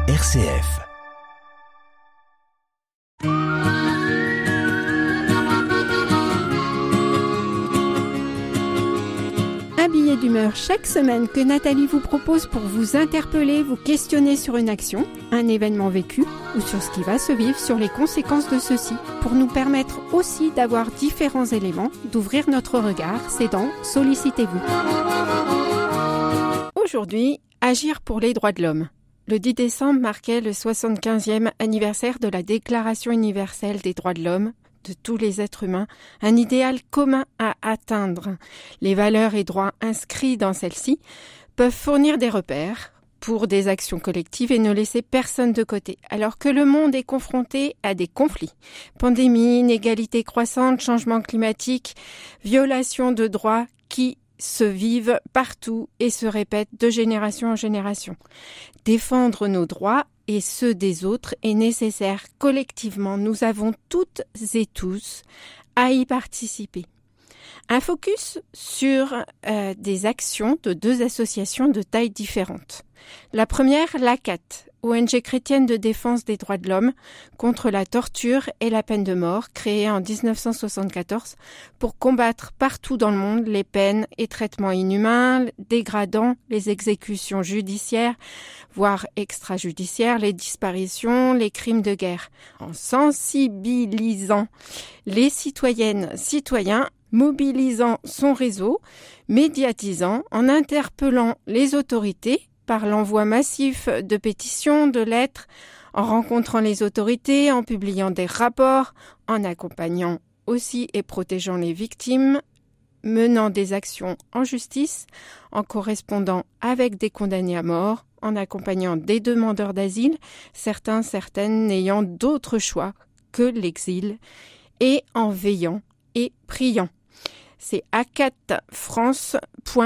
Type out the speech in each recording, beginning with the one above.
RCF. Un billet d'humeur chaque semaine que Nathalie vous propose pour vous interpeller, vous questionner sur une action, un événement vécu ou sur ce qui va se vivre, sur les conséquences de ceci, pour nous permettre aussi d'avoir différents éléments, d'ouvrir notre regard. C'est dans Sollicitez-vous. Aujourd'hui, agir pour les droits de l'homme. Le 10 décembre marquait le 75e anniversaire de la Déclaration universelle des droits de l'homme, de tous les êtres humains, un idéal commun à atteindre. Les valeurs et droits inscrits dans celle-ci peuvent fournir des repères pour des actions collectives et ne laisser personne de côté, alors que le monde est confronté à des conflits. Pandémie, inégalités croissantes, changement climatique, violations de droits qui se vivent partout et se répètent de génération en génération. Défendre nos droits et ceux des autres est nécessaire. Collectivement, nous avons toutes et tous à y participer. Un focus sur des actions de deux associations de tailles différentes. La première, l'ACAT, ONG chrétienne de défense des droits de l'homme contre la torture et la peine de mort, créée en 1974 pour combattre partout dans le monde les peines et traitements inhumains, dégradants, les exécutions judiciaires, voire extrajudiciaires, les disparitions, les crimes de guerre, en sensibilisant les citoyennes, citoyens, mobilisant son réseau, médiatisant, en interpellant les autorités par l'envoi massif de pétitions, de lettres, en rencontrant les autorités, en publiant des rapports, en accompagnant aussi et protégeant les victimes, menant des actions en justice, en correspondant avec des condamnés à mort, en accompagnant des demandeurs d'asile, certaines n'ayant d'autre choix que l'exil, et en veillant et priant. C'est acatfrance.fr.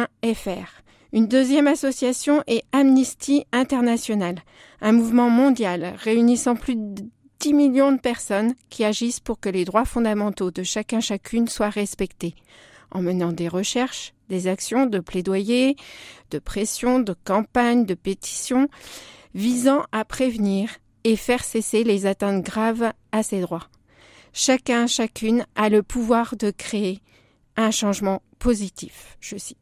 Une deuxième association est Amnesty International, un mouvement mondial réunissant plus de 10 millions de personnes qui agissent pour que les droits fondamentaux de chacune soient respectés, en menant des recherches, des actions de plaidoyer, de pression, de campagne, de pétition, visant à prévenir et faire cesser les atteintes graves à ces droits. Chacune a le pouvoir de créer un changement positif, je cite.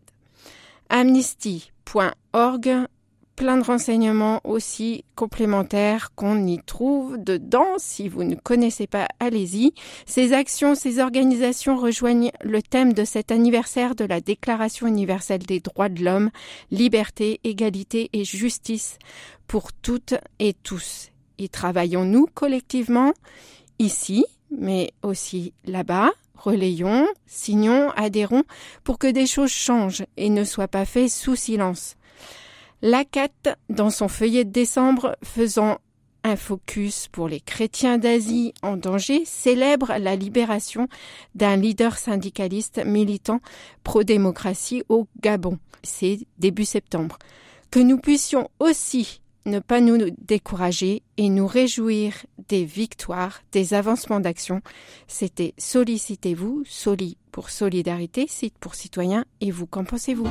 Amnesty.org, plein de renseignements aussi complémentaires qu'on y trouve dedans. Si vous ne connaissez pas, allez-y. Ces actions, ces organisations rejoignent le thème de cet anniversaire de la Déclaration universelle des droits de l'homme, liberté, égalité et justice pour toutes et tous. Y travaillons-nous collectivement, ici, mais aussi là-bas? Relayons, signons, adhérons pour que des choses changent et ne soient pas faites sous silence. L'ACAT, dans son feuillet de décembre, faisant un focus pour les chrétiens d'Asie en danger, célèbre la libération d'un leader syndicaliste militant pro-démocratie au Gabon. C'est début septembre. Que nous puissions aussi ne pas nous décourager et nous réjouir des victoires, des avancements d'action. C'était Sollicitez-vous, Soli pour solidarité, Cite pour citoyen, et vous, qu'en pensez-vous ?